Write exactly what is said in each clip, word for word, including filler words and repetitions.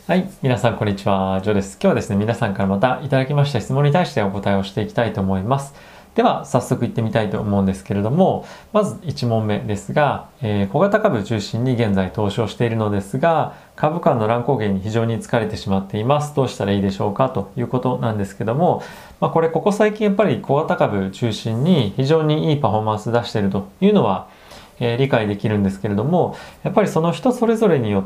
はい。皆さん、こんにちは。ジョーです。今日はですね、皆さんからまたいただきました質問に対してお答えをしていきたいと思います。では、早速行ってみたいと思うんですけれども、まずいち問目ですが、えー小型株中心に現在投資をしているのですが、株価の乱高下に非常に疲れてしまっています。どうしたらいいでしょうかということなんですけども、まあ、これ、ここ最近やっぱり小型株中心に非常にいいパフォーマンス出しているというのは、えー理解できるんですけれども、やっぱりその人それぞれによって、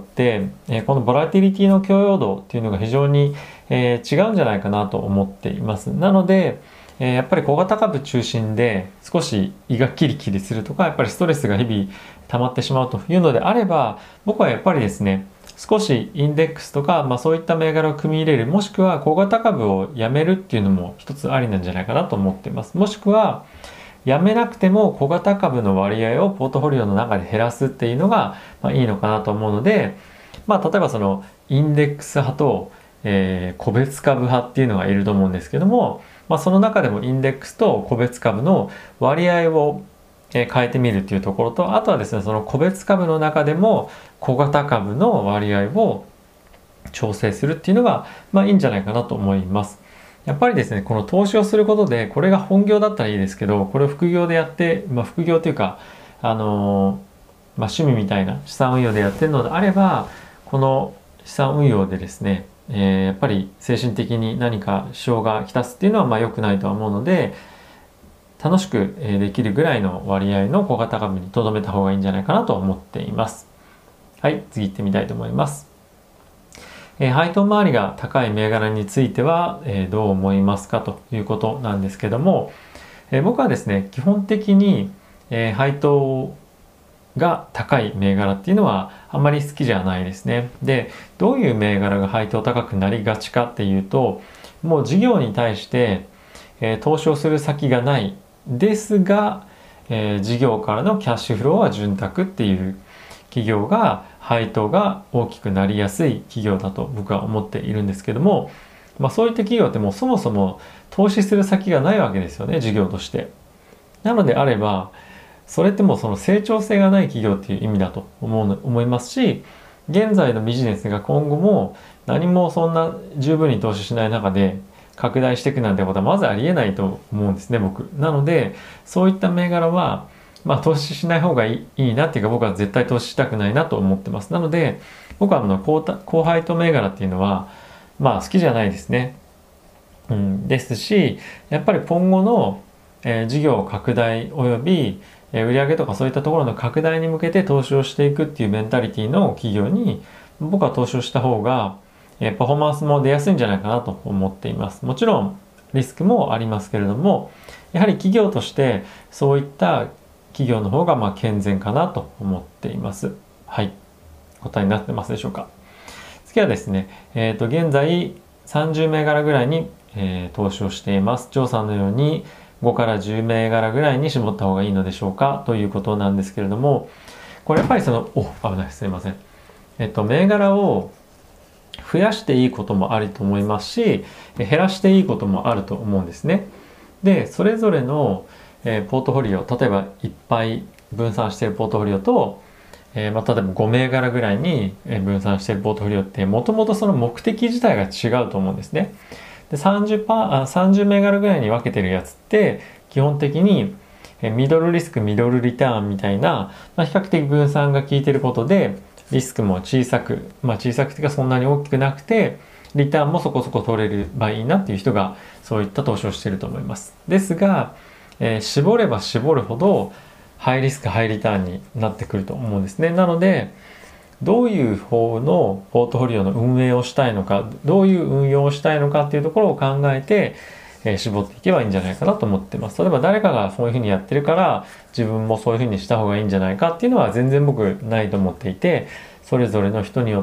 えーこのボラティリティの許容度っていうのが非常に、えー違うんじゃないかなと思っています。なので、えーやっぱり小型株中心で少し胃がキリキリするとか、やっぱりストレスが日々溜まってしまうというのであれば、僕はやっぱりですね、少しインデックスとか、まあ、そういった銘柄を組み入れる、もしくは小型株をやめるっていうのも一つありなんじゃないかなと思っています。もしくは、やめなくても小型株の割合をポートフォリオの中で減らすっていうのが、まあ、いいのかなと思うので、まあ、例えばそのインデックス派と、えー個別株派っていうのがいると思うんですけども、まあ、その中でもインデックスと個別株の割合をえー変えてみるっていうところと、あとはですね、その個別株の中でも小型株の割合を調整するっていうのが、まあ、いいんじゃないかなと思います。やっぱりですね、この投資をすることで、これが本業だったらいいですけど、これを副業でやって、まあ、副業というか、あのーまあ、趣味みたいな資産運用でやってるのであれば、この資産運用でですね、えーやっぱり精神的に何か支障がきたすっていうのはまあ良くないとは思うので、楽しくえーできるぐらいの割合の小型株に留めた方がいいんじゃないかなと思っています。はい、次行ってみたいと思います。えー配当回りが高い銘柄については、えーどう思いますかということなんですけども、えー僕はですね、基本的に、えー配当が高い銘柄っていうのはあんまり好きじゃないですね。で、どういう銘柄が配当高くなりがちかっていうと、もう事業に対して、えー投資をする先がないですが、えー事業からのキャッシュフローは潤沢っていう企業が配当が大きくなりやすい企業だと僕は思っているんですけども、まあ、そういった企業ってもうそもそも投資する先がないわけですよね、事業として。なのであれば、それってもうその成長性がない企業っていう意味だと思うの思いますし、現在のビジネスが今後も何もそんな十分に投資しない中で拡大していくなんてことはまずありえないと思うんですね、僕。なので、そういった銘柄は、まあ投資しない方がいい、いいなっていうか、僕は絶対投資したくないなと思ってます。なので、僕はあの高た高配当銘柄っていうのは、まあ好きじゃないですね。うん、ですし、やっぱり今後の、えー事業拡大および、えー売上とかそういったところの拡大に向けて投資をしていくっていうメンタリティの企業に僕は投資をした方が、えーパフォーマンスも出やすいんじゃないかなと思っています。もちろんリスクもありますけれども、やはり企業としてそういった企業の方がまあ健全かなと思っています。はい。答えになってますでしょうか。次はですね、えっと、現在さんじゅう銘柄ぐらいに、えー投資をしています。張さんのようにごからじゅう銘柄ぐらいに絞った方がいいのでしょうかということなんですけれども、これやっぱりその、お、危ない、すいません。えっと、銘柄を増やしていいこともあると思いますし、減らしていいこともあると思うんですね。で、それぞれの、えーポートフォリオ、例えばいっぱい分散しているポートフォリオと、えーまあ、例えばご銘柄ぐらいに分散しているポートフォリオってもともとその目的自体が違うと思うんですね。でさんじゅうパー、さんじゅう銘柄ぐらいに分けてるやつって基本的にえーミドルリスクミドルリターンみたいな、まあ、比較的分散が効いてることでリスクも小さく、まあ、小さくていうかそんなに大きくなくてリターンもそこそこ取れればいいなっていう人がそういった投資をしていると思います。ですが、えー絞れば絞るほどハイリスクハイリターンになってくると思うんですね。なのでどういう方のポートフォリオの運営をしたいのか、どういう運用をしたいのかっていうところを考えて、えー絞っていけばいいんじゃないかなと思ってます。例えば誰かがそういうふうにやってるから自分もそういうふうにした方がいいんじゃないかっていうのは全然僕ないと思っていて、それぞれの人によって、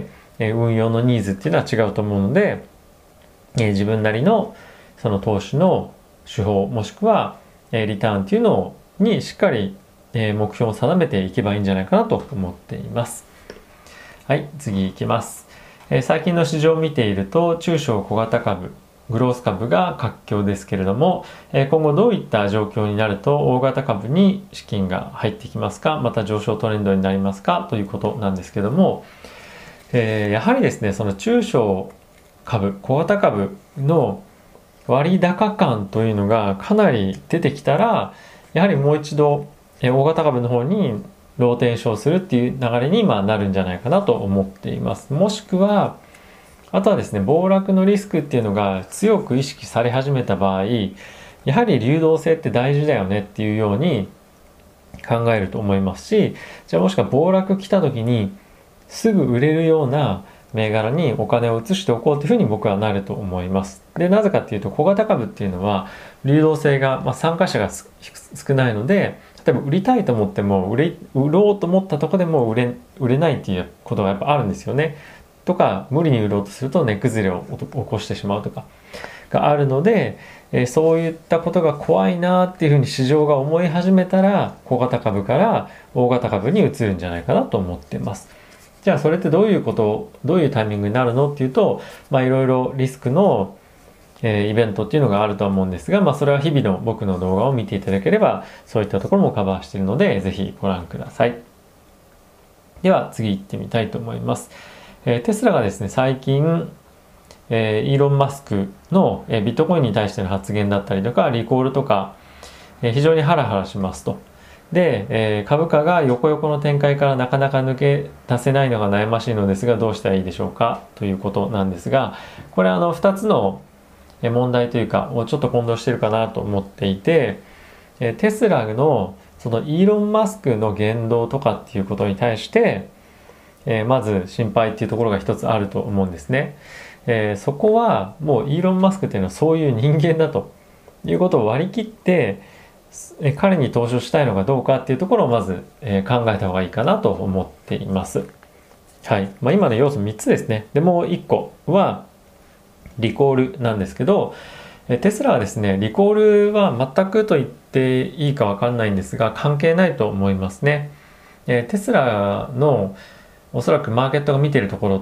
えー運用のニーズっていうのは違うと思うので、えー自分なりのその投資の手法もしくは、えーリターンっていうのにしっかり、えー目標を定めていけばいいんじゃないかなと思っています。はい、次いきます。えー最近の市場を見ていると、中小小型株、グロース株が活況ですけれども、えー今後どういった状況になると大型株に資金が入ってきますか、また上昇トレンドになりますかということなんですけども、 えーやはりですね、その中小株、小型株の割高感というのがかなり出てきたら、やはりもう一度、えー大型株の方にローテーションするっていう流れにまあなるんじゃないかなと思っています。もしくは、あとはですね、暴落のリスクっていうのが強く意識され始めた場合、やはり流動性って大事だよねっていうように考えると思いますし、じゃあもしくは暴落来た時にすぐ売れるような銘柄にお金を移しておこうというふうに僕はなると思います。で、なぜかっていうと、小型株っていうのは流動性が、まあ、参加者が少ないので、例えば売りたいと思っても売れ売ろうと思ったとこでも売れ売れないっていうことがやっぱあるんですよね。とか、無理に売ろうとすると値崩れを起こしてしまうとかがあるので、えーそういったことが怖いなっていうふうに市場が思い始めたら、小型株から大型株に移るんじゃないかなと思っています。じゃあそれってどういうこと、どういうタイミングになるのっていうと、まあいろいろリスクの、えーイベントっていうのがあるとは思うんですが、まあそれは日々の僕の動画を見ていただければ、そういったところもカバーしているので、ぜひご覧ください。では次行ってみたいと思います。えーテスラがですね、最近、えーイーロン・マスクの、えービットコインに対しての発言だったりとか、リコールとか、えー非常にハラハラしますと。で、えー株価が横横の展開からなかなか抜け出せないのが悩ましいのですが、どうしたらいいでしょうかということなんですが、これあのふたつのえー問題というかをちょっと混同してるかなと思っていて、えーテスラのそのイーロン・マスクの言動とかっていうことに対して、えーまず心配っていうところが一つあると思うんですね。えーそこはもうイーロン・マスクっていうのはそういう人間だということを割り切って、えー彼に投資をしたいのかどうかっていうところをまず、えー考えた方がいいかなと思っています。はい。まあ、今の要素みっつですね。で、もういっこはリコールなんですけど、えーテスラはですね、リコールは全くと言っていいかわかんないんですが、関係ないと思いますね。えーテスラのおそらくマーケットが見てるところって、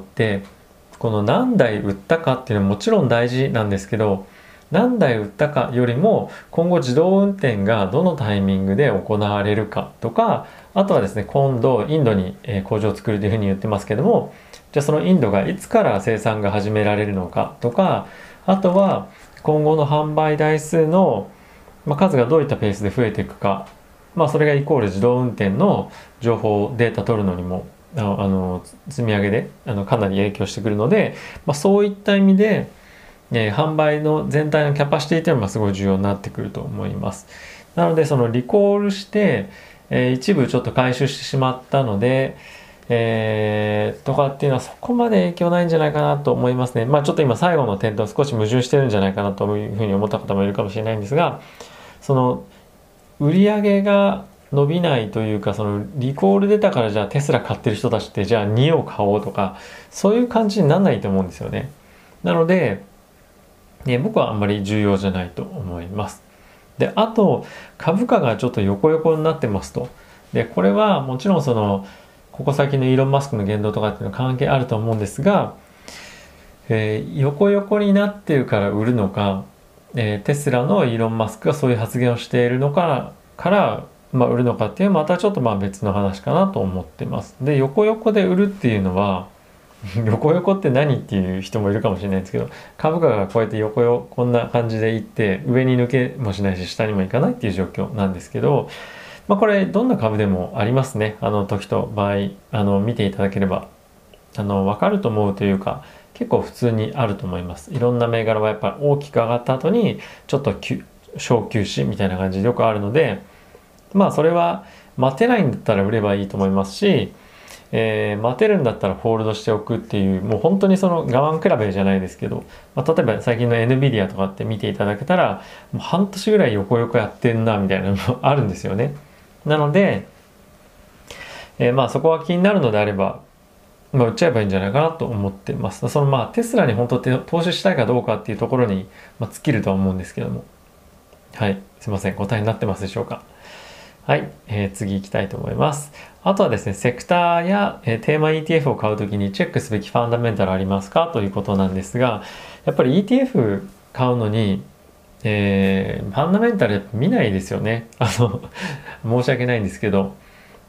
この何台売ったかっていうのはもちろん大事なんですけど、何台売ったかよりも今後自動運転がどのタイミングで行われるかとか、あとはですね、今度インドにえー工場を作るというふうに言ってますけども、じゃあそのインドがいつから生産が始められるのかとか、あとは今後の販売台数の、まあ、数がどういったペースで増えていくか、まあ、それがイコール自動運転の情報データ取るのにもあのあの積み上げであのかなり影響してくるので、まあ、そういった意味で、えー販売の全体のキャパシティというのがすごい重要になってくると思います。なのでそのリコールして、えー一部ちょっと回収してしまったので、えーとかっていうのはそこまで影響ないんじゃないかなと思いますね。まあちょっと今最後の点と少し矛盾してるんじゃないかなというふうに思った方もいるかもしれないんですが、その売り上げが伸びないというか、そのリコール出たからじゃあテスラ買ってる人たちってじゃあにを買おうとか、そういう感じにならないと思うんですよね。なので、ね、僕はあんまり重要じゃないと思います。で、あと株価がちょっと横横になってますと。で、これはもちろんそのここ最近のイーロン・マスクの言動とかっていうのは関係あると思うんですが、えー横横になってるから売るのか、えーテスラのイーロン・マスクがそういう発言をしているのかから、まあ、売るのかっていうまたちょっとまあ別の話かなと思ってます。で、横横で売るっていうのは横横って何っていう人もいるかもしれないですけど、株価がこうやって横横こんな感じでいって上に抜けもしないし下にもいかないっていう状況なんですけど、まあ、これどんな株でもありますね。あの時と場合あの見ていただければあの分かると思うというか、結構普通にあると思います。いろんな銘柄はやっぱり大きく上がった後にちょっと小休止みたいな感じでよくあるので、まあそれは待てないんだったら売ればいいと思いますし、えー待てるんだったらホールドしておくっていう、もう本当にその我慢比べじゃないですけど、まあ、例えば最近の エヌビディア とかって見ていただけたら、もう半年ぐらい横横やってんなみたいなのもあるんですよね。なので、えーまあそこは気になるのであれば、まあ、売っちゃえばいいんじゃないかなと思ってます。そのまあテスラに本当に投資したいかどうかっていうところに、まあ、尽きるとは思うんですけども。はい。すいません。答えになってますでしょうか。はい。えー次行きたいと思います。あとはですね、セクターや、えーテーマ イーティーエフ を買うときにチェックすべきファンダメンタルありますかということなんですが、やっぱり イーティーエフ 買うのに、えーファンダメンタルやっぱ見ないですよね。あの、申し訳ないんですけど、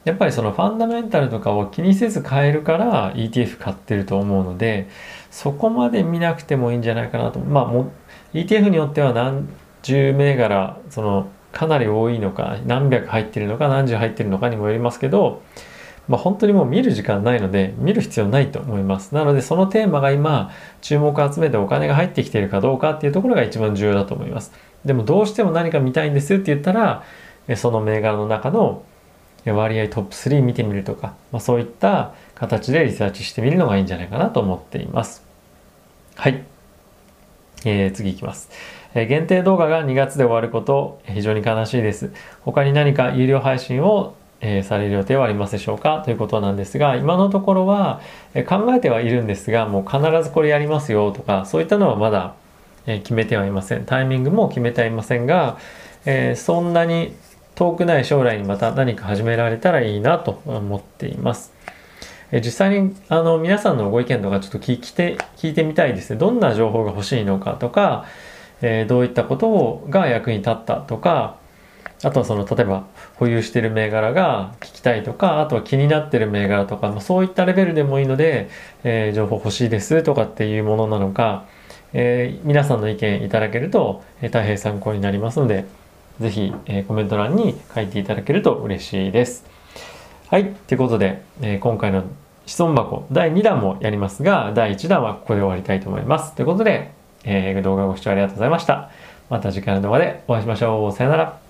やっぱりそのファンダメンタルとかを気にせず買えるから イーティーエフ 買ってると思うので、そこまで見なくてもいいんじゃないかなと。まあも イーティーエフ によっては何十銘柄そのかなり多いのか、何百入ってるのか何十入ってるのかにもよりますけど、まあ、本当にもう見る時間ないので見る必要ないと思います。なのでそのテーマが今注目を集めてお金が入ってきているかどうかっていうところが一番重要だと思います。でもどうしても何か見たいんですって言ったら、その銘柄の中の割合トップスリー見てみるとか、まあ、そういった形でリサーチしてみるのがいいんじゃないかなと思っています。はい、えー、次いきます。えー、限定動画がにがつで終わること、非常に悲しいです。他に何か有料配信を、えー、される予定はありますでしょうかということなんですが、今のところは、えー、考えてはいるんですが、もう必ずこれやりますよとか、そういったのはまだ、えー、決めてはいません。タイミングも決めてはいませんが、えー、そんなに遠くない将来にまた何か始められたらいいなと思っています。え実際にあの皆さんのご意見とかちょっと聞きて聞いてみたいですね。どんな情報が欲しいのかとか、えー、どういったことが役に立ったとか、あとはその例えば保有している銘柄が聞きたいとか、あとは気になっている銘柄とか、まあ、そういったレベルでもいいので、えー、情報欲しいですとかっていうものなのか、えー、皆さんの意見いただけると、えー、大変参考になりますので、ぜひ、えー、コメント欄に書いていただけると嬉しいです。はい。ということで、えー、今回の質問箱だいにだんもやりますが、だいいちだんはここで終わりたいと思います。ということで、えー、動画ご視聴ありがとうございました。また次回の動画でお会いしましょう。さよなら。